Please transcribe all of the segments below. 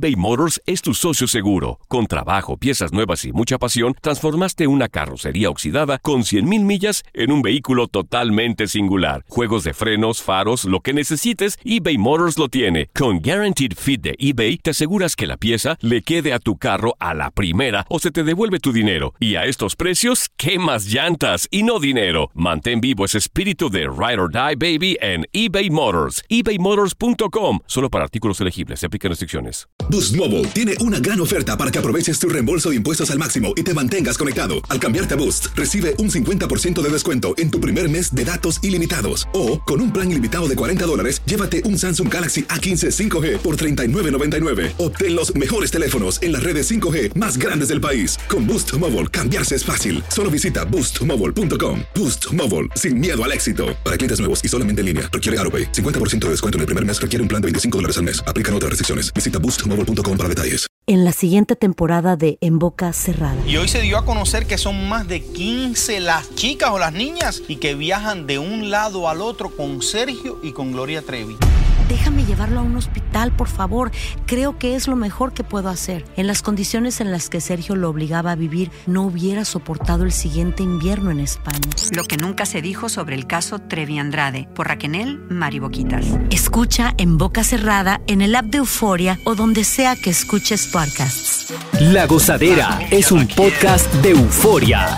eBay Motors es tu socio seguro. Con trabajo, piezas nuevas y mucha pasión, transformaste una carrocería oxidada con 100,000 millas en un vehículo totalmente singular. Juegos de frenos, faros, lo que necesites, eBay Motors lo tiene. Con Guaranteed Fit de eBay, te aseguras que la pieza le quede a tu carro a la primera o se te devuelve tu dinero. Y a estos precios, ¿qué más llantas y no dinero? Mantén vivo ese espíritu de Ride or Die, baby, en eBay Motors. ebaymotors.com. Solo para artículos elegibles. Se aplican restricciones. Boost Mobile tiene una gran oferta para que aproveches tu reembolso de impuestos al máximo y te mantengas conectado. Al cambiarte a Boost, recibe un 50% de descuento en tu primer mes de datos ilimitados. O, con un plan ilimitado de $40, llévate un Samsung Galaxy A15 5G por $39.99. Obtén los mejores teléfonos en las redes 5G más grandes del país. Con Boost Mobile, cambiarse es fácil. Solo visita boostmobile.com. Boost Mobile, sin miedo al éxito. Para clientes nuevos y solamente en línea, requiere AutoPay. 50% de descuento en el primer mes requiere un plan de $25 al mes. Aplican otras restricciones. Visita boostmobile.com para detalles. En la siguiente temporada de En Boca Cerrada. Y hoy se dio a conocer que son más de 15 las chicas o las niñas y que viajan de un lado al otro con Sergio y con Gloria Trevi. Déjame llevarlo a un hospital, por favor. Creo que es lo mejor que puedo hacer. En las condiciones en las que Sergio lo obligaba a vivir, no hubiera soportado el siguiente invierno en España. Lo que nunca se dijo sobre el caso Trevi Andrade, por Raquel Mariboquitas. Escucha En Boca Cerrada, en el app de Euforia o donde sea que escuches podcasts. La Gozadera es un podcast de Euforia.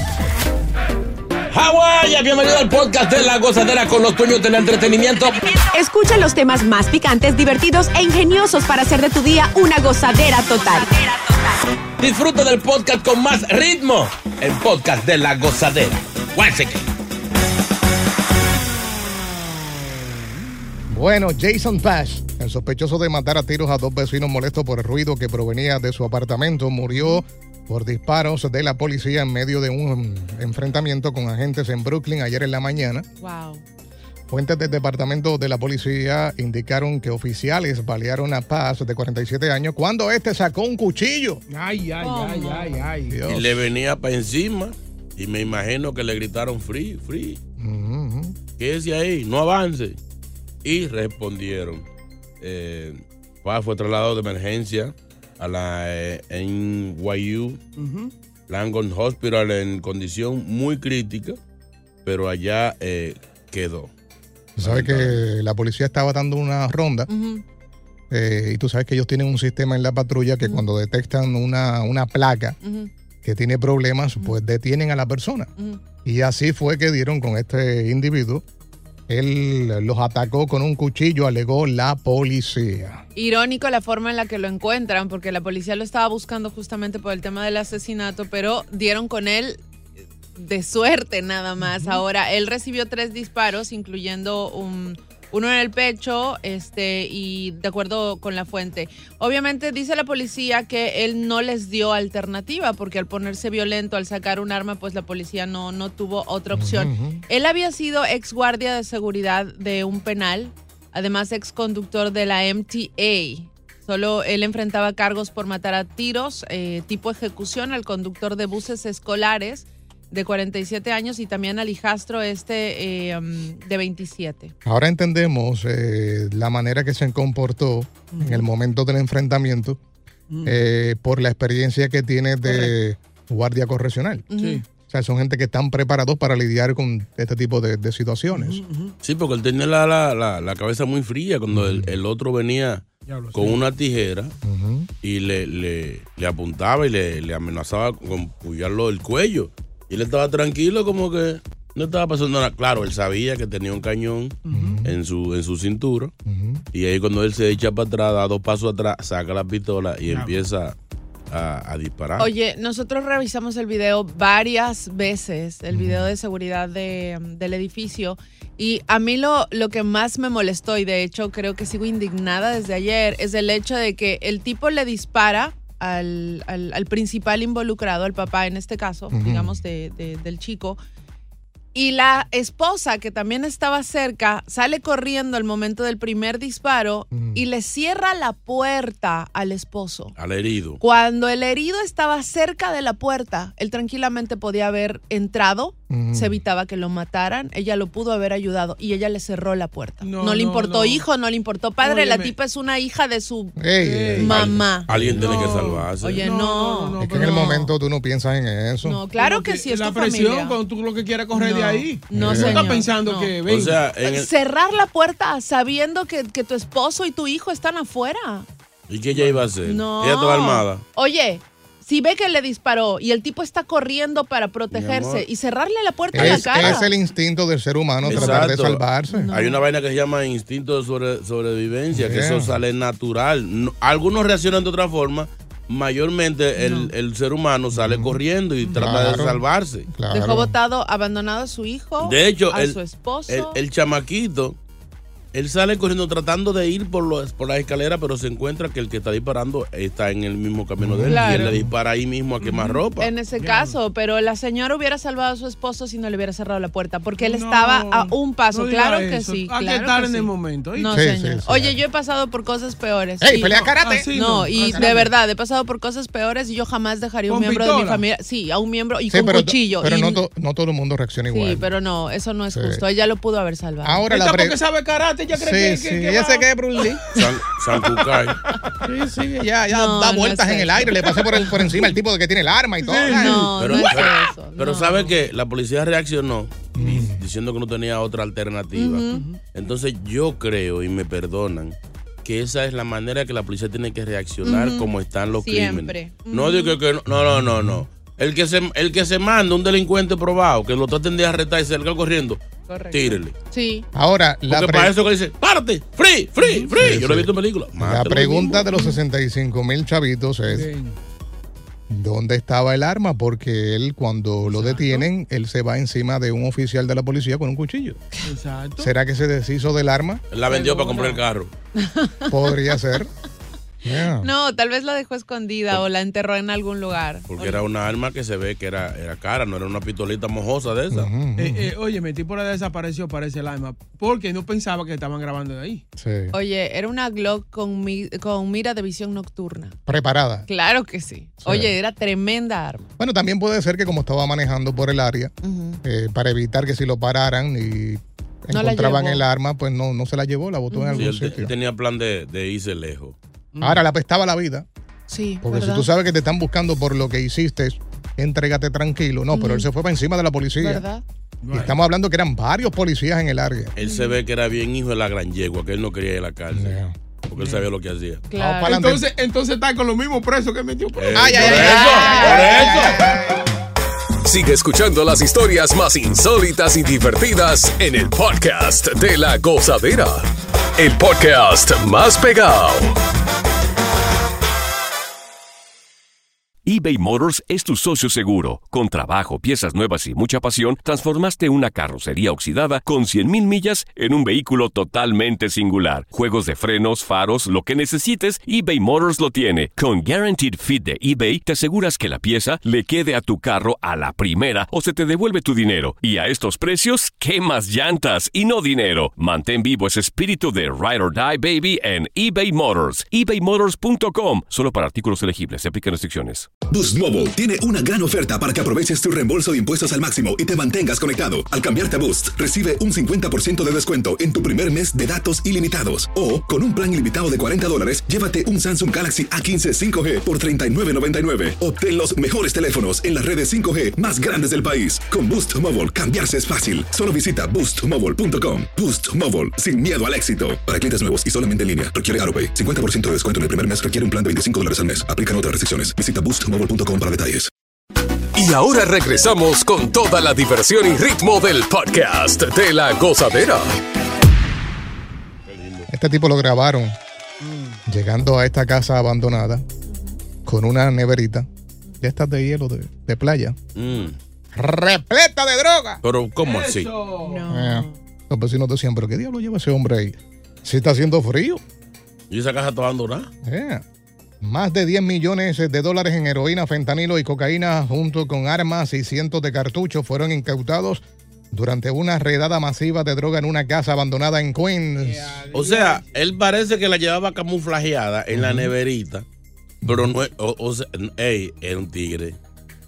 Hawái, bienvenido al podcast de La Gozadera con los dueños del entretenimiento. Escucha los temas más picantes, divertidos e ingeniosos para hacer de tu día una gozadera total. Disfruta del podcast con más ritmo, el podcast de La Gozadera. Guáchate. Bueno, Jason Pash, el sospechoso de matar a tiros a dos vecinos molestos por el ruido que provenía de su apartamento, murió por disparos de la policía en medio de un enfrentamiento con agentes en Brooklyn ayer en la mañana. Wow. Fuentes del departamento de la policía indicaron que oficiales balearon a Paz, de 47 años, cuando este sacó un cuchillo. Ay. Dios. Y le venía para encima y me imagino que le gritaron free. Quédese ahí, no avance. Y respondieron. Paz fue trasladado de emergencia a la NYU Langone Hospital en condición muy crítica, pero allá quedó. Tú sabes que la policía estaba dando una ronda y tú sabes que ellos tienen un sistema en la patrulla que cuando detectan una placa que tiene problemas, pues detienen a la persona. Y así fue que dieron con este individuo. Él los atacó con un cuchillo, alegó la policía. Irónico la forma en la que lo encuentran, porque la policía lo estaba buscando justamente por el tema del asesinato, pero dieron con él de suerte nada más. Ahora, él recibió 3 disparos, incluyendo uno en el pecho, y de acuerdo con la fuente. Obviamente dice la policía que él no les dio alternativa, porque al ponerse violento, al sacar un arma, pues la policía no tuvo otra opción. Él había sido ex guardia de seguridad de un penal, además ex conductor de la MTA. Solo él enfrentaba cargos por matar a tiros, tipo ejecución, al conductor de buses escolares de 47 años y también al hijastro de 27. Ahora entendemos la manera que se comportó en el momento del enfrentamiento por la experiencia que tiene de guardia correccional. Sí. O sea, son gente que están preparados para lidiar con este tipo de situaciones. Sí, porque él tenía la cabeza muy fría cuando el otro venía con una tijera y le apuntaba y le amenazaba con pullarlo del cuello. Y él estaba tranquilo, como que no estaba pasando nada. Claro, él sabía que tenía un cañón en su cintura. Y ahí cuando él se echa para atrás, da 2 pasos atrás, saca la pistola y empieza a disparar. Oye, nosotros revisamos el video varias veces, el video de seguridad del edificio. Y a mí lo que más me molestó, y de hecho creo que sigo indignada desde ayer, es el hecho de que el tipo le dispara al principal involucrado, al papá en este caso, digamos, del chico. Y la esposa, que también estaba cerca, sale corriendo al momento del primer disparo y le cierra la puerta al esposo. Al herido. Cuando el herido estaba cerca de la puerta, él tranquilamente podía haber entrado se evitaba que lo mataran, ella lo pudo haber ayudado y ella le cerró la puerta. No le importó hijo, no le importó padre, la tipa es una hija de su mamá. Alguien tiene que salvarse. Oye, es que en el momento tú no piensas en eso. No, claro que sí, es la tu presión familia. cuando tú lo que quieres correr de ahí. No, señor. estás pensando que ven. O sea, cerrar la puerta sabiendo que tu esposo y tu hijo están afuera. ¿Y qué ella iba a hacer? No. Ella estaba armada. Oye, si ve que le disparó y el tipo está corriendo para protegerse y cerrarle la puerta en la cara. Es el instinto del ser humano tratar de salvarse. Hay una vaina que se llama instinto de sobrevivencia, que eso sale natural. Algunos reaccionan de otra forma. Mayormente el ser humano sale corriendo y trata de salvarse. Dejó botado, abandonado a su hijo, de hecho, a su esposo. El chamaquito, él sale corriendo tratando de ir por la escalera, pero se encuentra que el que está disparando está en el mismo camino de él. Y él le dispara ahí mismo a quemarropa. En ese caso, pero la señora hubiera salvado a su esposo si no le hubiera cerrado la puerta, porque él estaba a un paso. Claro que sí. Hay que estar en el momento. No, señor. Oye, yo he pasado por cosas peores. ¡Ey, pelea karate! De verdad, he pasado por cosas peores y yo jamás dejaría a un miembro de mi familia. Sí, a un miembro y con cuchillo. Pero no todo el mundo reacciona igual. Sí, pero no, eso no es justo. Ella lo pudo haber salvado. Ahora porque sabe karate, ella cree que ella se queda Bruce Lee. San Kukai. Sí, ya da vueltas en el aire, le pasé por encima el tipo de que tiene el arma y todo. Pero ¿sabe qué? La policía reaccionó diciendo que no tenía otra alternativa. Entonces yo creo, y me perdonan, que esa es la manera que la policía tiene que reaccionar como están los crímenes. No digo que no. El que se manda un delincuente probado, que lo traten de arrestar y salga corriendo, tírele. Sí. Ahora, porque para eso que dice, párate, free. Yo lo he visto en películas. La pregunta de los 65,000 chavitos es, ¿dónde estaba el arma? Porque él, cuando lo detienen, él se va encima de un oficial de la policía con un cuchillo. Exacto. ¿Será que se deshizo del arma? La vendió para comprar el carro. Podría ser. No, tal vez la dejó escondida o la enterró en algún lugar. Porque era una arma que se ve que era cara, no era una pistolita mojosa de esa. Oye, mi tipo desapareció, parece el arma, porque no pensaba que estaban grabando de ahí. Sí. Oye, era una Glock con mira de visión nocturna. ¿Preparada? Claro que sí. Oye, era tremenda arma. Bueno, también puede ser que como estaba manejando por el área, para evitar que si lo pararan y encontraban el arma, pues no se la llevó, la botó en algún sitio. Él tenía plan de irse lejos. Ahora le apestaba la vida. Sí, porque ¿verdad? si tú sabes que te están buscando por lo que hiciste, entrégate tranquilo. No, pero él se fue para encima de la policía. ¿Verdad? Y estamos hablando que eran varios policías en el área. Él se ve que era bien hijo de la gran yegua, que él no quería ir a la cárcel. Porque él sabía lo que hacía. Claro. Entonces está con los mismos presos que metió preso. Por eso. Sigue escuchando las historias más insólitas y divertidas en el podcast de La Gozadera. El podcast más pegado. eBay Motors es tu socio seguro. Con trabajo, piezas nuevas y mucha pasión, transformaste una carrocería oxidada con 100,000 millas en un vehículo totalmente singular. Juegos de frenos, faros, lo que necesites, eBay Motors lo tiene. Con Guaranteed Fit de eBay, te aseguras que la pieza le quede a tu carro a la primera o se te devuelve tu dinero. Y a estos precios, ¿qué más llantas y no dinero? Mantén vivo ese espíritu de Ride or Die, baby, en eBay Motors. ebaymotors.com. Solo para artículos elegibles. Se aplican restricciones. Boost Mobile tiene una gran oferta para que aproveches tu reembolso de impuestos al máximo y te mantengas conectado. Al cambiarte a Boost, recibe un 50% de descuento en tu primer mes de datos ilimitados. O, con un plan ilimitado de $40, llévate un Samsung Galaxy A15 5G por $39.99. Obtén los mejores teléfonos en las redes 5G más grandes del país. Con Boost Mobile, cambiarse es fácil. Solo visita boostmobile.com. Boost Mobile, sin miedo al éxito. Para clientes nuevos y solamente en línea, requiere AutoPay. 50% de descuento en el primer mes requiere un plan de $25 al mes. Aplican otras restricciones. Visita boostmobile.com para detalles. Y ahora regresamos con toda la diversión y ritmo del podcast de La Gozadera. Este tipo lo grabaron llegando a esta casa abandonada con una neverita de estas de hielo de playa repleta de droga. Pero ¿cómo así? Los vecinos decían, pero ¿qué diablo lleva ese hombre ahí? Si está haciendo frío. ¿Y esa caja está abandonada? Más de $10 millones en heroína, fentanilo y cocaína, junto con armas y cientos de cartuchos, fueron incautados durante una redada masiva de droga en una casa abandonada en Queens. O sea, él parece que la llevaba camuflajeada en la neverita, pero no, era un tigre.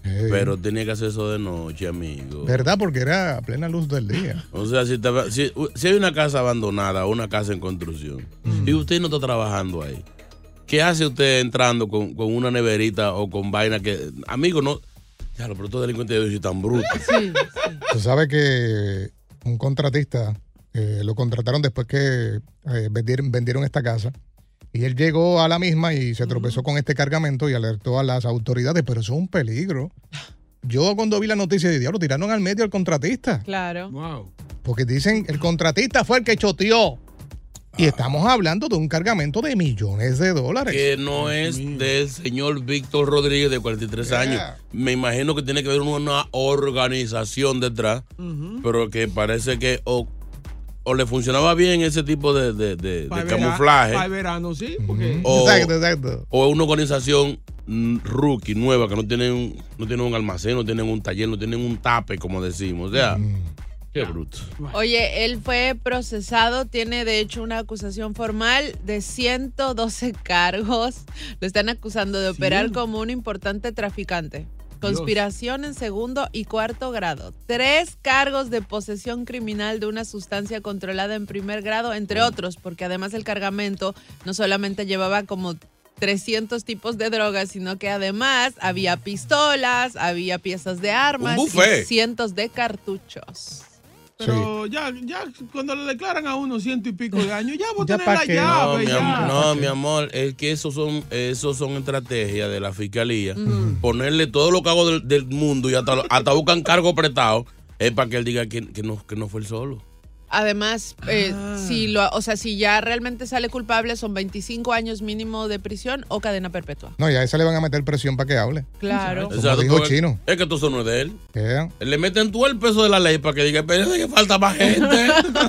Pero tenía que hacer eso de noche, amigo. ¿Verdad? Porque era a plena luz del día. O sea, si hay una casa abandonada, una casa en construcción, y usted no está trabajando ahí, ¿qué hace usted entrando con una neverita o con vaina que, amigo, no? Ya, pero estos delincuentes de hoy son tan brutos. Sí. Tú sabes que un contratista lo contrataron después que vendieron esta casa. Y él llegó a la misma y se tropezó con este cargamento y alertó a las autoridades, pero eso es un peligro. Yo cuando vi la noticia de diablo, tiraron al medio al contratista. Claro. Wow. Porque dicen, el contratista fue el que choteó. Y estamos hablando de un cargamento de millones de dólares. Que no es del señor Víctor Rodríguez de 43 años. Me imagino que tiene que haber una organización detrás, pero que parece que o le funcionaba bien ese tipo de camuflaje. Para el verano, sí. Porque... Exacto. O una organización rookie, nueva, que no tienen un almacén, no tienen un taller, no tienen un tape, como decimos. O sea, qué bruto. Oye, él fue procesado, tiene de hecho una acusación formal de 112 cargos. Lo están acusando de operar como un importante traficante. Conspiración en segundo y cuarto grado. 3 cargos de posesión criminal de una sustancia controlada en primer grado, entre otros, porque además el cargamento no solamente llevaba como 300 tipos de drogas, sino que además había pistolas, había piezas de armas y cientos de cartuchos. Pero ya cuando le declaran a uno 100 y pico de años, ya vos tenés la llave. No, mi amor, es que esos son estrategias de la fiscalía. Ponerle todo lo que hago del mundo y hasta buscan cargo prestado, es para que él diga que no fue él solo. Además, si ya realmente sale culpable, son 25 años mínimo de prisión o cadena perpetua. No, ya a ese le van a meter presión para que hable. Claro. Como dijo Chino. Es que eso no es de él. Le meten todo el peso de la ley para que diga, pero que falta más gente.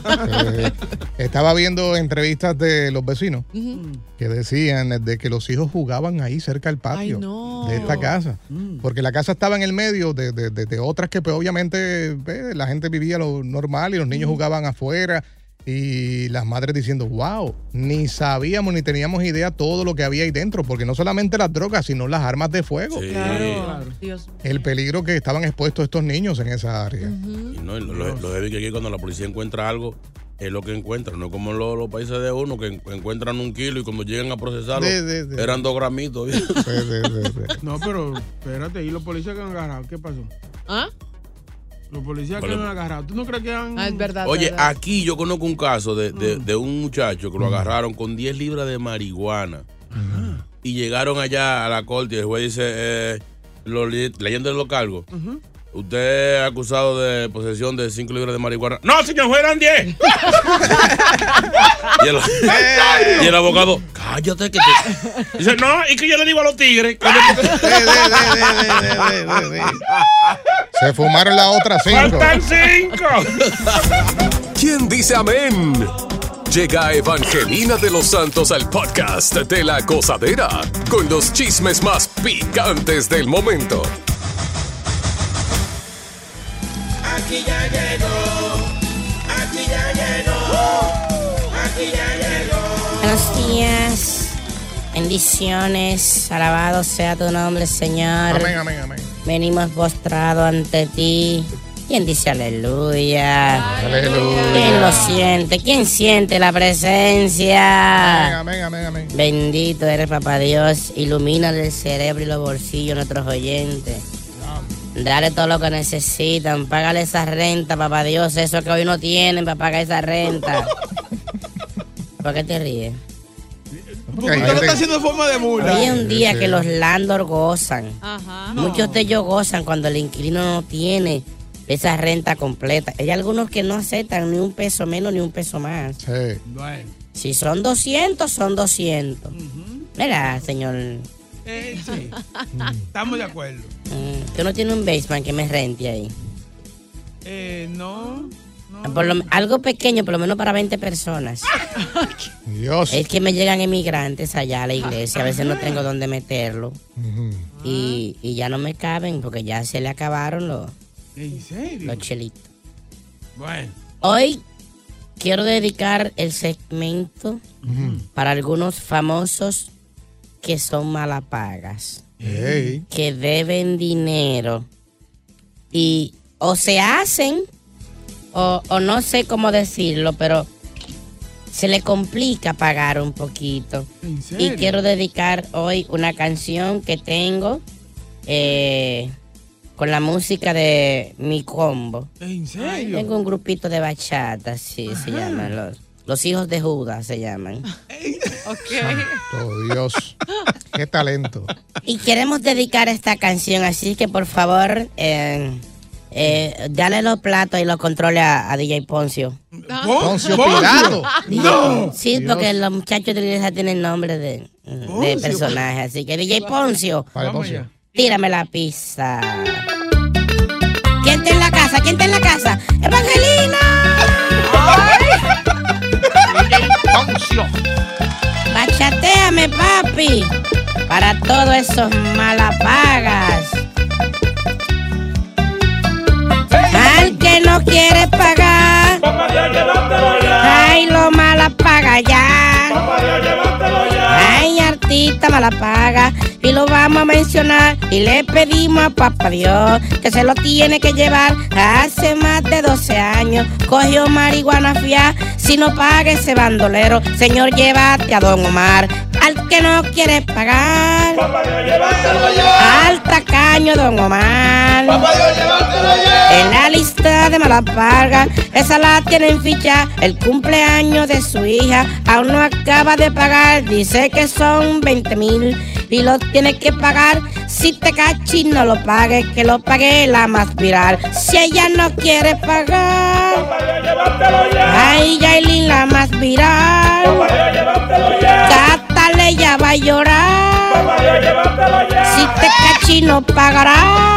Estaba viendo entrevistas de los vecinos que decían de que los hijos jugaban ahí cerca del patio de esta casa. Porque la casa estaba en el medio de otras que pues, obviamente la gente vivía lo normal y los niños jugaban afuera. Y las madres diciendo, wow, ni sabíamos ni teníamos idea todo lo que había ahí dentro, porque no solamente las drogas, sino las armas de fuego. Sí. Claro. Dios. El peligro que estaban expuestos estos niños en esa área. Y no, lo heavy que aquí cuando la policía encuentra algo, es lo que encuentra, no como los países de uno que encuentran 1 kilo y cuando llegan a procesarlo eran 2 gramitos. No, pero espérate, ¿y los policías que han agarrado? ¿Qué pasó? ¿Ah? Los policías que han agarrado, ¿tú no crees que han...? Es verdad. Oye, verdad. aquí yo conozco un caso de un muchacho que lo agarraron con 10 libras de marihuana. Y llegaron allá a la corte y el juez dice, leyendo los cargos, usted es acusado de posesión de 5 libras de marihuana. ¡No, señor juez, eran 10! y el abogado, cállate que te... Dice, no, y que yo le digo a los tigres. Se fumaron las otras 5. ¡Faltan 5! ¿Quién dice amén? Llega Evangelina de los Santos al podcast de La Gozadera con los chismes más picantes del momento. Aquí ya llegó, aquí ya llegó, aquí ya llegó. Buenos días, bendiciones, alabado sea tu nombre, Señor. Amén, amén, amén. Venimos postrados ante ti. ¿Quién dice aleluya? Aleluya. ¿Quién lo siente? ¿Quién siente la presencia? Amén, amén, amén. Bendito eres, papá Dios. Ilumina el cerebro y los bolsillos de nuestros oyentes. Dale todo lo que necesitan. Págale esa renta, papá Dios. Eso que hoy no tienen para pagar esa renta. ¿Por qué te ríes? Porque usted lo está haciendo en forma de mula. Hoy es un día que los landlords gozan. Ajá. Muchos de ellos gozan cuando el inquilino no tiene esa renta completa. Hay algunos que no aceptan ni un peso menos ni un peso más. Sí. Bueno. Si son 200, son 200. Mira, señor. Sí. Estamos de acuerdo. ¿Tú no tienes un basement que me rente ahí? No. Algo pequeño, por lo menos para 20 personas. Dios. Es que me llegan emigrantes allá a la iglesia. A veces no tengo dónde meterlo. Y ya no me caben porque ya se le acabaron los chelitos. Bueno. Hoy quiero dedicar el segmento para algunos famosos que son malapagas, Hey. que deben dinero y o se hacen o no sé cómo decirlo, pero se le complica pagar un poquito. ¿En serio? Y quiero dedicar hoy una canción que tengo con la música de Mi Combo. ¿En serio? Tengo un grupito de bachata, sí, se llaman los hijos de Judas, se llaman. Oh, Dios. Qué talento. Y queremos dedicar esta canción, así que por favor, dale los platos y los controles a DJ Poncio. Poncio Pilato. No. Sí, Dios. porque los muchachos de la iglesia tienen nombre de personaje, así que DJ Poncio, Vale, Poncio. tírame la pizza. ¿Quién está en la casa? ¿Quién está en la casa? ¡Evangelina! Poncio. Bachateame, papi, para todos esos malapagas. Al que no quiere pagar, ay, lo malapaga ya. Ay, artista malapaga, y lo vamos a mencionar. Y le pedimos a Papá Dios que se lo tiene que llevar. Hace más de 12 años cogió marihuana fiá. Si no paga ese bandolero, Señor, llévate a Don Omar. Al que no quiere pagar, al tacaño Don Omar. En la lista de malapaga, esa la tienen ficha. El cumpleaños de su hija aún no acaba de pagar. Dice que son 20,000 y lo tiene que pagar. Si te cachis no lo pague, que lo pague la más viral. Si ella no quiere pagar, ay, Yailin la más viral. Cátale, ya va a llorar. Si te cachis no pagará.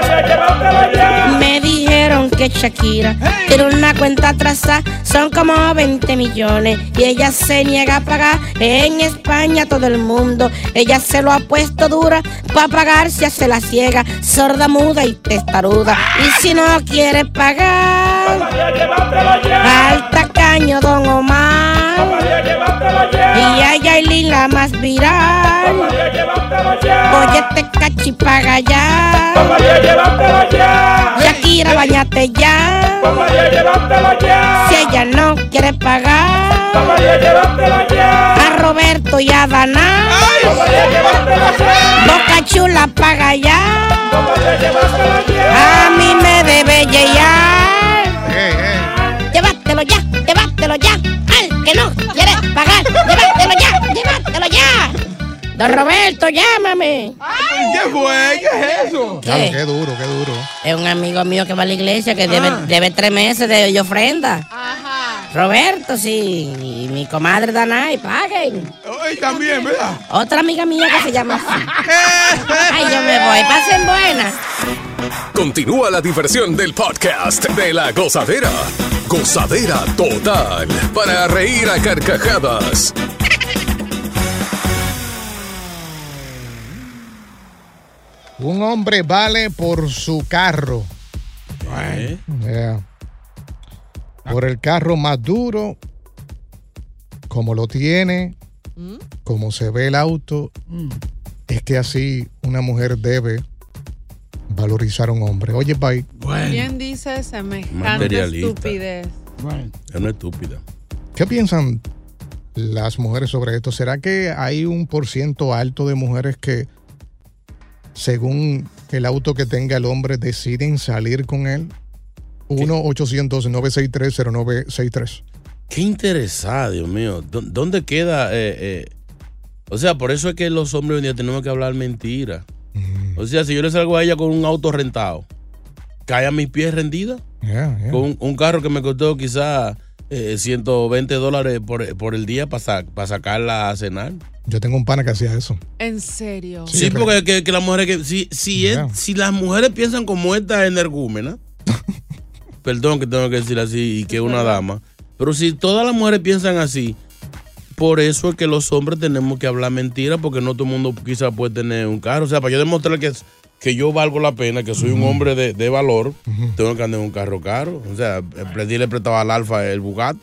Me dijeron que Shakira tiene una cuenta atrasada, son como 20 millones y ella se niega a pagar. En España todo el mundo, ella se lo ha puesto dura, para pagar se hace la ciega, sorda, muda y testaruda. Y si no quiere pagar, al tacaño Don Omar y a Yailin la más viral. Oye, te cachi, paga ya. Shakira, bañate ya. Si ella no quiere pagar, a Roberto y a Dana, Boca Chula, paga ya. A mí me debe llegar. Llévatelo ya, llévatelo ya. Al que no quiere pagar, llévatelo ya, llévatelo ya. Don Roberto, llámame. ¿Qué fue? ¿Qué es eso? Claro, qué duro, qué duro. Es un amigo mío que va a la iglesia que debe 3 meses de ofrenda. Roberto, sí. Y mi comadre Danay, paguen. Hoy también, ¿verdad? Otra amiga mía que se llama así. Ay, yo me voy. Pasen buenas. Continúa la diversión del podcast de La Gozadera. Gozadera total para reír a carcajadas. Un hombre vale por su carro. Yeah. Por el carro más duro, como lo tiene, como se ve el auto. Es que así una mujer debe valorizar a un hombre. Oye, bye. ¿Quién dice semejante Materialista. estupidez? Es una estúpida. ¿Qué piensan las mujeres sobre esto? ¿Será que hay un % alto de mujeres que, según el auto que tenga el hombre, deciden salir con él? 1-800-963-0963. Qué interesada, Dios mío. ¿Dónde queda? O sea, por eso es que los hombres hoy en día tenemos que hablar mentira. O sea, si yo le salgo a ella con un auto rentado, ¿cae a mis pies rendida? Con un carro que me costó quizás $120 por el día para sacarla a cenar. Yo tengo un pana que hacía eso. ¿En serio? Sí, porque que las mujeres si las mujeres piensan como esta energúmena, perdón que tengo que decir así y que es una dama, pero si todas las mujeres piensan así, por eso es que los hombres tenemos que hablar mentira, porque no todo el mundo quizás puede tener un carro. O sea, para yo demostrar que yo valgo la pena, que soy un hombre de valor, tengo que andar en un carro caro. O sea, le prestaba al Alfa el Bugatti.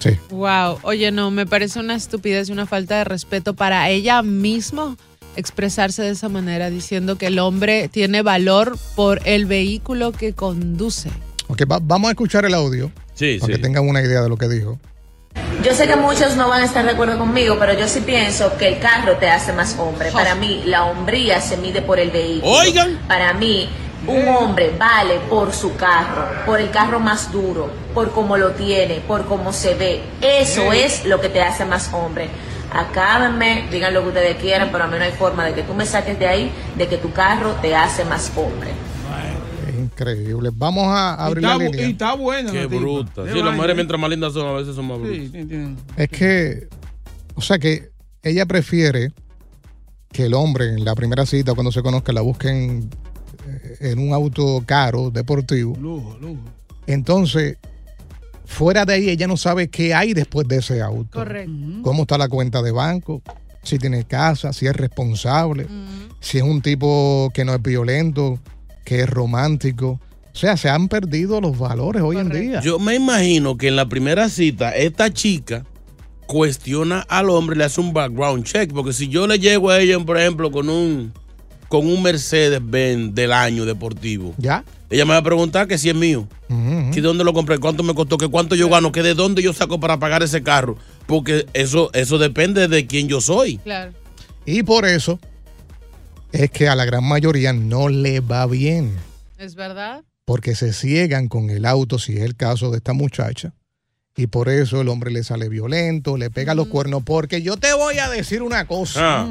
Sí. Wow. Oye, no, me parece una estupidez y una falta de respeto para ella misma expresarse de esa manera, diciendo que el hombre tiene valor por el vehículo que conduce. Ok, vamos a escuchar el audio. Sí, para que tengan una idea de lo que dijo. Yo sé que muchos no van a estar de acuerdo conmigo, pero yo sí pienso que el carro te hace más hombre. Para mí, la hombría se mide por el vehículo. Oigan. Para mí, un hombre vale por su carro, por el carro más duro, por cómo lo tiene, por cómo se ve. Eso es lo que te hace más hombre. Acábenme, digan lo que ustedes quieran, pero a mí no hay forma de que tú me saques de ahí, de que tu carro te hace más hombre. Increíble. Vamos a abrir la línea. Y está buena. Qué bruta. Sí, las mujeres mientras más lindas son, a veces son más brutas. Es que, o sea que ella prefiere que el hombre en la primera cita, cuando se conozca, la busquen en un auto caro, deportivo. Lujo. Entonces, fuera de ahí, ella no sabe qué hay después de ese auto. Correcto. Cómo está la cuenta de banco, si tiene casa, si es responsable, si es un tipo que no es violento, que es romántico. O sea, se han perdido los valores hoy en día. Yo me imagino que en la primera cita, esta chica cuestiona al hombre, le hace un background check, porque si yo le llego a ella, por ejemplo, con un Mercedes-Benz del año deportivo, ¿ya? Ella me va a preguntar que si es mío, que de dónde lo compré, cuánto me costó, que cuánto yo gano, que de dónde yo saco para pagar ese carro, porque eso depende de quién yo soy. Claro. Y por eso es que a la gran mayoría no le va bien. ¿Es verdad? Porque se ciegan con el auto, si es el caso de esta muchacha. Y por eso el hombre le sale violento, le pega los cuernos. Porque yo te voy a decir una cosa.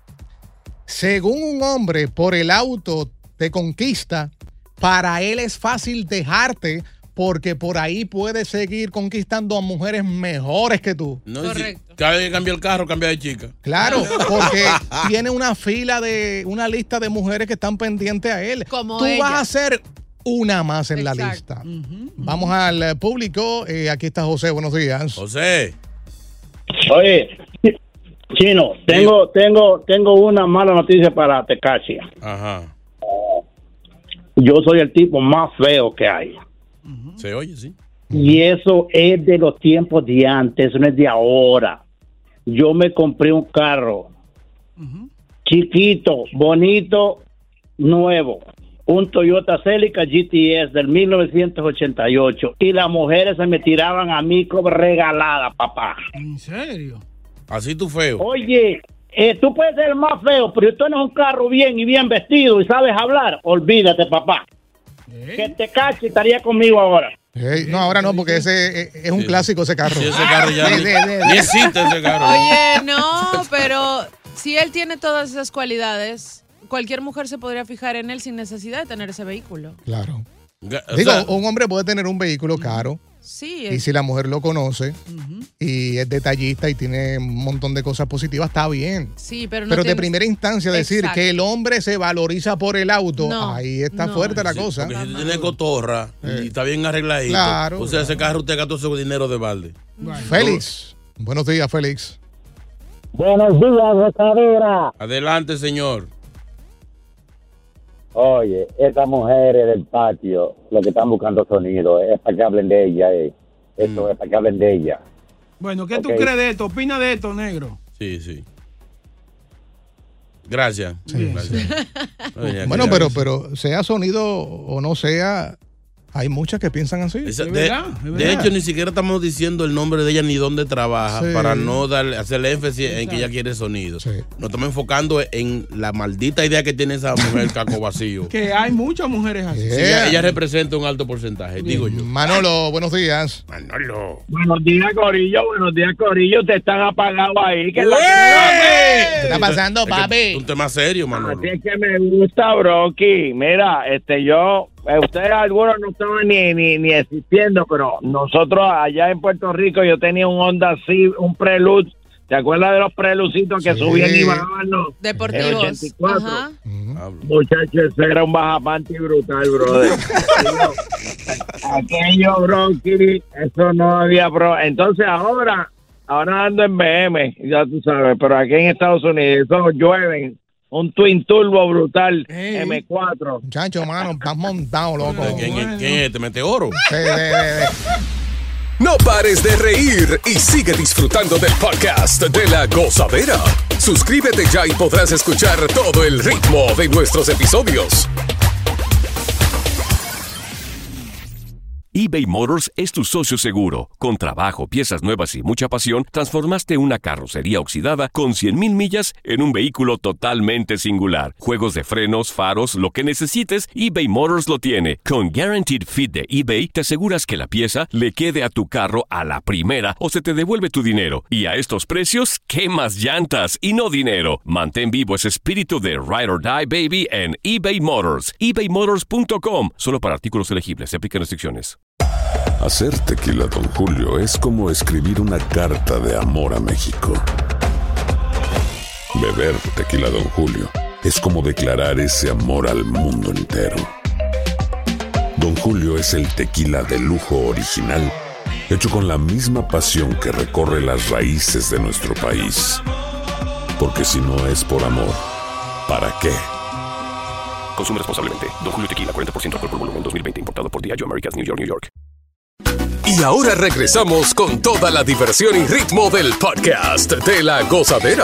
Según un hombre, por el auto te conquista, para él es fácil dejarte porque por ahí puedes seguir conquistando a mujeres mejores que tú. No, correcto. Cada vez que cambia el carro, cambia de chica. Claro, porque tiene una una lista de mujeres que están pendientes a él. Como tú ella. vas a ser una más en Exacto. la lista. Vamos al público. Aquí está José. Buenos días. José. Oye, Chino, tengo una mala noticia para Tecachi. Ajá. Yo soy el tipo más feo que hay. Se oye, sí. Y eso es de los tiempos de antes, eso no es de ahora. Yo me compré un carro chiquito, bonito, nuevo. Un Toyota Celica GTS del 1988. Y las mujeres se me tiraban a mí como regalada, papá. ¿En serio? Así tú feo. Oye, tú puedes ser el más feo, pero si tú tienes un carro bien y bien vestido y sabes hablar, olvídate, papá. Que Tecachi estaría conmigo ahora. No, ahora no, porque ese es un clásico, ese carro. Sí, ese carro ya ni existe ese carro. Oye, no, pero si él tiene todas esas cualidades, cualquier mujer se podría fijar en él sin necesidad de tener ese vehículo. Claro. Digo, un hombre puede tener un vehículo caro. Sí. Y si la mujer lo conoce y es detallista y tiene un montón de cosas positivas, está bien. Sí, pero no de tienes... primera instancia decir Exacto. que el hombre se valoriza por el auto, No, ahí está fuerte la cosa. Porque si tú tienes cotorra y está bien arregladito, Claro, o sea, ese carro usted gastó su dinero de balde. Félix. Buenos días, Félix. Buenos días, Gozadera. Adelante, señor. Oye, estas mujeres del patio, lo que están buscando sonido, es para que hablen de ella. Eso es para que hablen de ella. Bueno, ¿qué tú crees de esto? ¿Opina de esto, negro? Sí. Gracias. Gracias. Bueno, pero sea sonido o no sea, hay muchas que piensan así. De hecho, ni siquiera estamos diciendo el nombre de ella ni dónde trabaja para no hacerle énfasis en que ella quiere sonido. Nos estamos enfocando en la maldita idea que tiene esa mujer caco vacío. Que hay muchas mujeres así. Sí, ella representa un alto porcentaje, digo yo. Manolo, buenos días. Manolo. Buenos días, Corillo. Te están apagados ahí. ¿Qué está pasando, papi? Es un tema serio, Manolo. Así es que me gusta, Brocky. Mira, ustedes algunos no estaban ni existiendo, pero nosotros allá en Puerto Rico yo tenía un Honda Civic, un Prelude. ¿Te acuerdas de los Prelucitos que subían y bajaban los deportivos? 84. Ajá. Muchachos, ese era un bajapanti brutal, brother. Aquello, Brocky, eso no había Entonces ahora ando en BM, ya tú sabes, pero aquí en Estados Unidos eso llueven. Un Twin Turbo brutal, M4. Muchacho, mano, estás montado, loco. ¿Quién es este? ¿Meteoro? No pares de reír y sigue disfrutando del podcast de La Gozadera. Suscríbete ya y podrás escuchar todo el ritmo de nuestros episodios. eBay Motors es tu socio seguro. Con trabajo, piezas nuevas y mucha pasión, transformaste una carrocería oxidada con 100,000 millas en un vehículo totalmente singular. Juegos de frenos, faros, lo que necesites, eBay Motors lo tiene. Con Guaranteed Fit de eBay, te aseguras que la pieza le quede a tu carro a la primera o se te devuelve tu dinero. Y a estos precios, ¿qué más llantas y no dinero? Mantén vivo ese espíritu de Ride or Die, baby, en eBay Motors. ebaymotors.com. Solo para artículos elegibles. Se aplican restricciones. Hacer tequila Don Julio es como escribir una carta de amor a México. Beber tequila Don Julio es como declarar ese amor al mundo entero. Don Julio es el tequila de lujo original, hecho con la misma pasión que recorre las raíces de nuestro país. Porque si no es por amor, ¿para qué? Consume responsablemente. Don Julio Tequila, 40% alcohol por volumen, 2020. Importado por Diageo Americas, New York, New York. Y ahora regresamos con toda la diversión y ritmo del podcast de La Gozadera.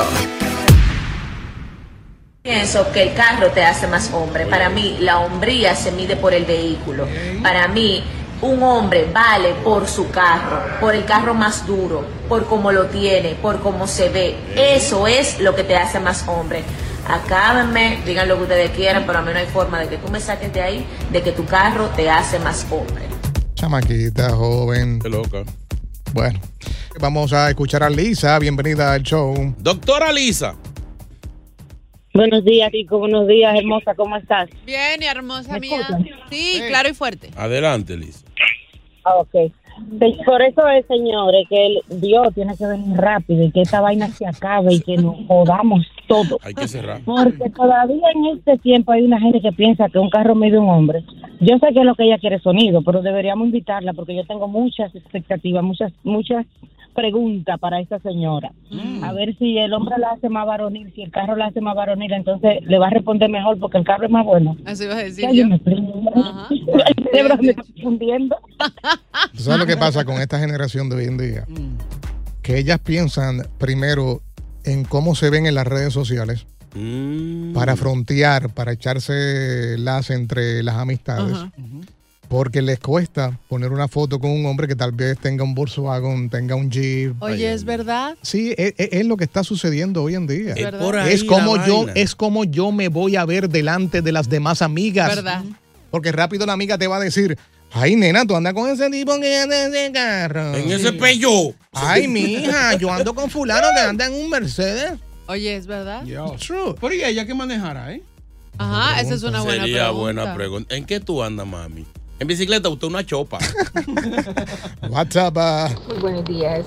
Pienso que el carro te hace más hombre. Para mí, la hombría se mide por el vehículo. Para mí, un hombre vale por su carro, por el carro más duro, por cómo lo tiene, por cómo se ve. Eso es lo que te hace más hombre. Acábenme, digan lo que ustedes quieran, pero a mí no hay forma de que tú me saques de ahí, de que tu carro te hace más hombre. Chamaquita, joven. Qué loca. Bueno, vamos a escuchar a Lisa. Bienvenida al show. Doctora Lisa. Buenos días, Rico. Buenos días, hermosa. ¿Cómo estás? Bien, y hermosa ¿Me mía. escuchan? Sí, claro y fuerte. Adelante, Lisa. Ok. Por eso es, señores, que Dios tiene que venir rápido y que esta vaina se acabe y que nos jodamos todo. Hay que cerrar. Porque todavía en este tiempo hay una gente que piensa que un carro mide un hombre. Yo sé que es lo que ella quiere sonido, pero deberíamos invitarla porque yo tengo muchas expectativas, muchas preguntas para esta señora. A ver si el hombre la hace más varonil, si el carro la hace más varonil, entonces le va a responder mejor porque el carro es más bueno. Eso iba a decir yo. yo. El cerebro me está confundiendo. ¿Tú sabes lo que pasa con esta generación de hoy en día? Que ellas piensan primero en cómo se ven en las redes sociales para frontear, para echarse las entre las amistades. Porque les cuesta poner una foto con un hombre que tal vez tenga un Volkswagen, tenga un Jeep. Oye, ¿es verdad? Sí, es lo que está sucediendo hoy en día. Es por ahí Es como yo me voy a ver delante de las demás amigas. ¿Verdad? Porque rápido la amiga te va a decir, ay, nena, tú andas con ese tipo que anda en ese carro. En ese pello. Ay, mija, yo ando con fulano que anda en un Mercedes. Oye, ¿es verdad? True. Pero ¿y ella qué manejará, eh? Ajá, esa es una buena Sería pregunta. buena pregunta. ¿En qué tú andas, mami? En bicicleta, usted una chopa. WhatsApp. Muy buenos días.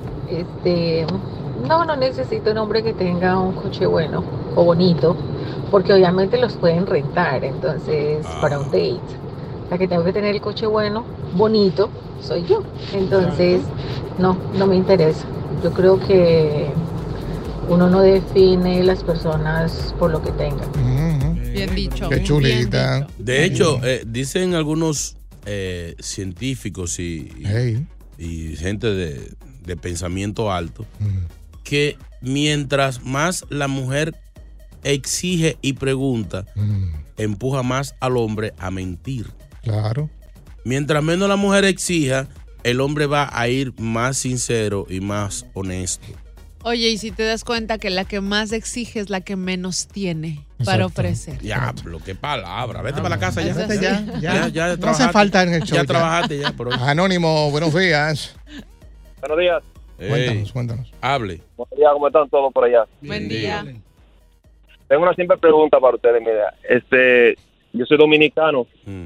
No necesito un hombre que tenga un coche bueno o bonito, porque obviamente los pueden rentar, entonces para un date. La que tengo que tener el coche bueno, bonito, soy yo. Entonces, no me interesa. Yo creo que uno no define las personas por lo que tengan. Bien dicho. Qué chulita. De hecho, dicen algunos científicos y gente de pensamiento alto que mientras más la mujer exige y pregunta, empuja más al hombre a mentir. Claro. Mientras menos la mujer exija, el hombre va a ir más sincero y más honesto. Oye, y si te das cuenta que la que más exige es la que menos tiene para ofrecer. Diablo, qué palabra. Vete para la casa ya. Vete ya. Ya No hace falta en el show. Ya trabajaste ya. Por hoy. Anónimo, buenos días. Buenos días. Cuéntanos. Hable. Buenos días, ¿cómo están todos por allá? Buen día. Tengo una simple pregunta para ustedes, mira. Yo soy dominicano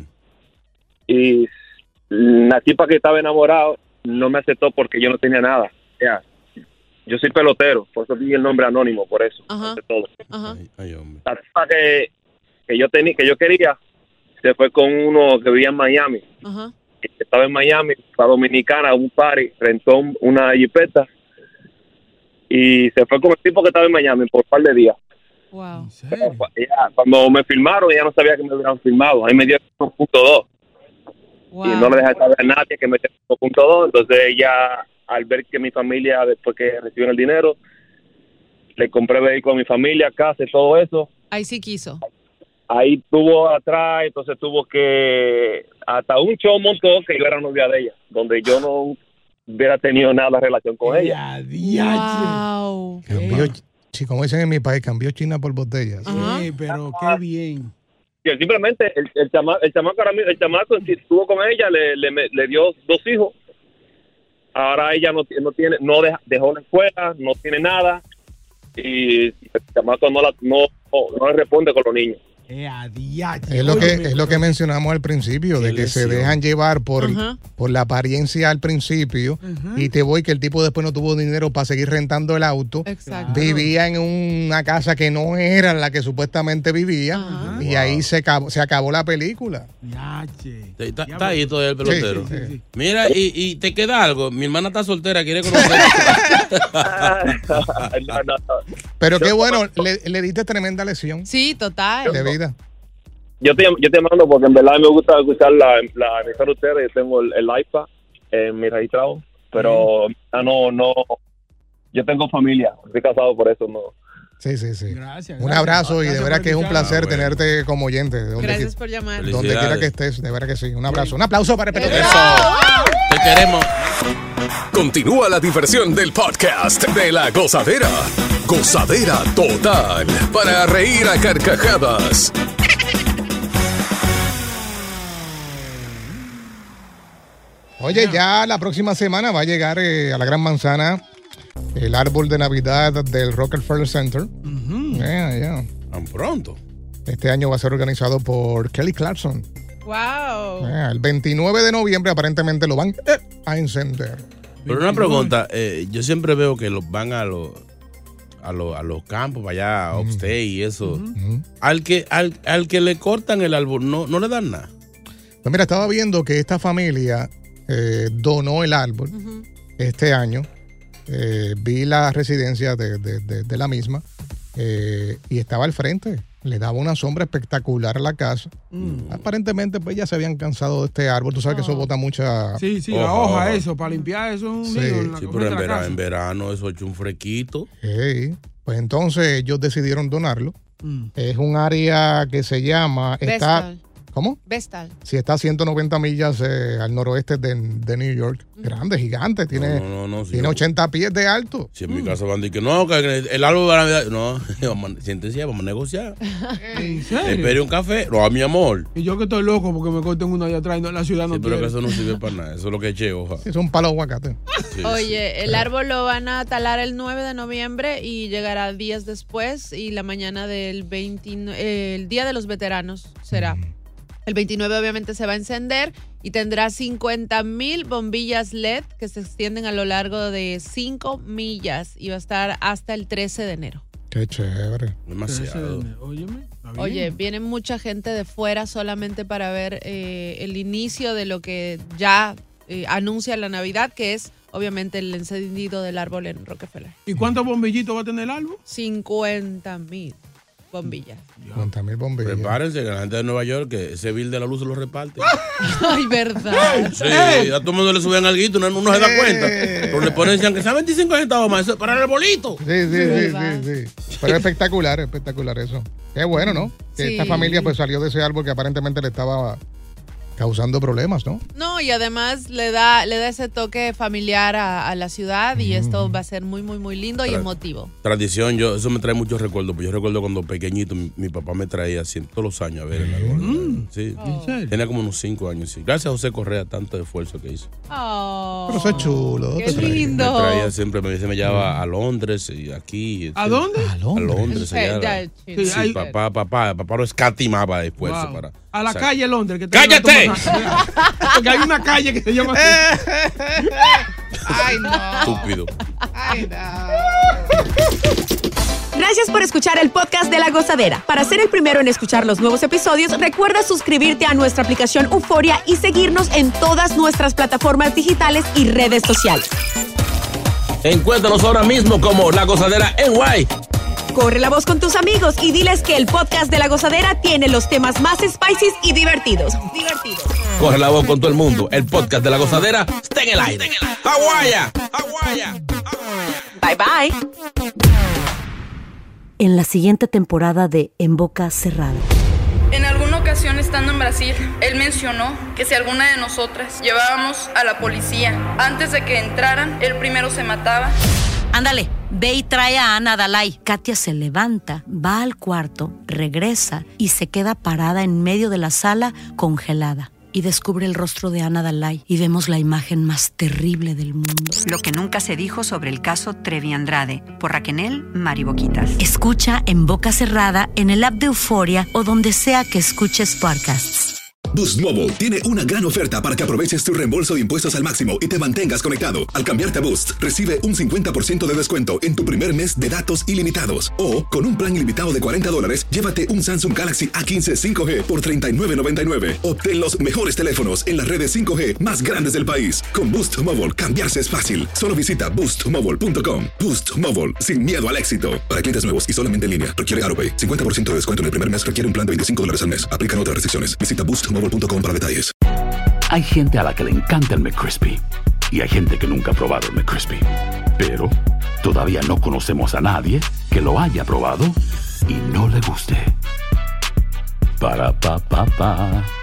y la tipa que estaba enamorado no me aceptó porque yo no tenía nada. Yo soy pelotero, por eso di el nombre anónimo, por eso. Todo. La tipa que yo quería se fue con uno que vivía en Miami. Estaba en Miami, para Dominicana, un party, rentó una jipeta y se fue con el tipo que estaba en Miami por un par de días. Wow. Cuando me filmaron, ya no sabía que me hubieran filmado. Ahí me dio 1.2. y no le dejé saber a nadie que me tenía 5.2. Entonces ella, al ver que mi familia, después que recibieron el dinero, le compré vehículo a mi familia, casa y todo eso. Ahí sí quiso. Ahí tuvo atrás, entonces tuvo que, hasta un show montó que yo era novia de ella, donde yo no hubiera tenido nada de relación con ella. Wow. Como dicen en mi país, cambió China por botellas. Sí, pero qué bien. Sí, simplemente el chamaco estuvo con ella, le dio 2 hijos. Ahora ella dejó la escuela, no tiene nada, y el chamaco no le responde con los niños. Es lo que mencionamos al principio, de que se dejan llevar por la apariencia al principio, y te voy que el tipo después no tuvo dinero para seguir rentando el auto. Exacto. Vivía en una casa que no era la que supuestamente vivía, y ahí se acabó la película. Está ahí todavía el pelotero. Sí. Mira, y te queda algo. Mi hermana está soltera, quiere conocer. No. Pero qué bueno, le diste tremenda lección. Sí, total. De vida. Yo te mando porque en verdad me gusta escuchar la emisora de ustedes. Yo tengo el iPad en mi registrado, pero no. Yo tengo familia, estoy casado, por eso no. Sí. Gracias. Un abrazo y de verdad que es un placer tenerte como oyente. Gracias por llamar. Donde quiera que estés, de verdad que sí. Un abrazo. Un aplauso para el pelotero. Te queremos. Continúa la diversión del podcast de La Gozadera. Gozadera total para reír a carcajadas. Oye, ya la próxima semana va a llegar a la Gran Manzana el árbol de Navidad del Rockefeller Center. Tan pronto. Este año va a ser organizado por Kelly Clarkson. Wow. El 29 de noviembre aparentemente lo van a encender. Pero una pregunta, yo siempre veo que van a los campos, para allá, upstate y eso. Al que le cortan el árbol, no le dan nada. Pues mira, estaba viendo que esta familia donó el árbol este año. Vi la residencia de la misma y estaba al frente. Le daba una sombra espectacular a la casa. Aparentemente, pues ya se habían cansado de este árbol. Tú sabes que eso bota mucha... Sí, la hoja, eso, para limpiar eso es un lío. Sí, pero en verano eso echa un frequito. Sí. Pues entonces ellos decidieron donarlo. Es un área que se llama... ¿Cómo? Vestal. Sí, está a 190 millas al noroeste de New York. Grande, gigante. Tiene 80 pies de alto. Si en mi casa van a decir que no, que el árbol de la Navidad. No, siéntese, vamos a negociar. ¿En serio? Espere un café. No, mi amor. Y yo que estoy loco porque me corten uno allá atrás y la ciudad no tiene. Pero que eso no sirve para nada. Eso es lo que eché hoja. Es un palo de aguacate. Oye, el árbol lo van a talar el 9 de noviembre y llegará días después. Y la mañana del el Día de los Veteranos será. El 29 obviamente se va a encender y tendrá 50,000 bombillas LED que se extienden a lo largo de 5 millas y va a estar hasta el 13 de enero. Qué chévere. Demasiado. Oye, viene mucha gente de fuera solamente para ver el inicio de lo que ya anuncia la Navidad, que es obviamente el encendido del árbol en Rockefeller. ¿Y cuántos bombillitos va a tener el árbol? 50,000 bombillas. 50,000 bombillas. Prepárense que la gente de Nueva York, que ese bill de la luz se lo reparte. Ay, verdad. Sí, a todo el mundo le suben alguito, uno se da cuenta. Pero le ponen, que sea 25 centavos más, eso es para el arbolito. Sí. Pero espectacular eso. Qué bueno, ¿no? Que esta familia pues salió de ese árbol que aparentemente le estaba causando problemas, ¿no? No, y además le da ese toque familiar a la ciudad y esto va a ser muy, muy, muy lindo y emotivo. Tradición, eso me trae muchos recuerdos, pues yo recuerdo cuando pequeñito mi papá me traía todos los años a ver el árbol. Sí, tenía como unos 5 años, sí. Gracias a José Correa, tanto esfuerzo que hizo. Pero eso es chulo. Qué lindo. Me traía siempre, me llevaba a Londres y aquí. ¿A dónde? A Londres. Sí, papá lo escatimaba de esfuerzo para... A la calle Londres. Que ¡cállate! Porque hay una calle que se llama así. Ay, no. Estúpido. Ay, no. Gracias por escuchar el podcast de La Gozadera. Para ser el primero en escuchar los nuevos episodios, recuerda suscribirte a nuestra aplicación Euforia y seguirnos en todas nuestras plataformas digitales y redes sociales. Encuéntranos ahora mismo como La Gozadera NY. Corre la voz con tus amigos y diles que el podcast de La Gozadera tiene los temas más spicy y divertidos. corre la voz con todo el mundo. El podcast de La Gozadera está en el aire. ¡Aguaya! ¡Aguaya! Bye, bye. En la siguiente temporada de En Boca Cerrada. En alguna ocasión estando en Brasil, él mencionó que si alguna de nosotras llevábamos a la policía antes de que entraran, él primero se mataba. Ándale, ve y trae a Ana Dalai. Katia se levanta, va al cuarto, regresa y se queda parada en medio de la sala congelada. Y descubre el rostro de Ana Dalai y vemos la imagen más terrible del mundo. Lo que nunca se dijo sobre el caso Trevi Andrade, por Raquel Mariboquitas. Escucha En Boca Cerrada, en el app de Euforia o donde sea que escuches podcasts. Boost Mobile tiene una gran oferta para que aproveches tu reembolso de impuestos al máximo y te mantengas conectado. Al cambiarte a Boost, recibe un 50% de descuento en tu primer mes de datos ilimitados. O, con un plan ilimitado de $40, llévate un Samsung Galaxy A15 5G por $39.99. Obtén los mejores teléfonos en las redes 5G más grandes del país. Con Boost Mobile, cambiarse es fácil. Solo visita boostmobile.com. Boost Mobile, sin miedo al éxito. Para clientes nuevos y solamente en línea, requiere AutoPay. 50% de descuento en el primer mes requiere un plan de $25 al mes. Aplican otras restricciones. Visita boostmobile.com para detalles. Hay gente a la que le encanta el McCrispy y hay gente que nunca ha probado el McCrispy. Pero todavía no conocemos a nadie que lo haya probado y no le guste. Para pa pa pa.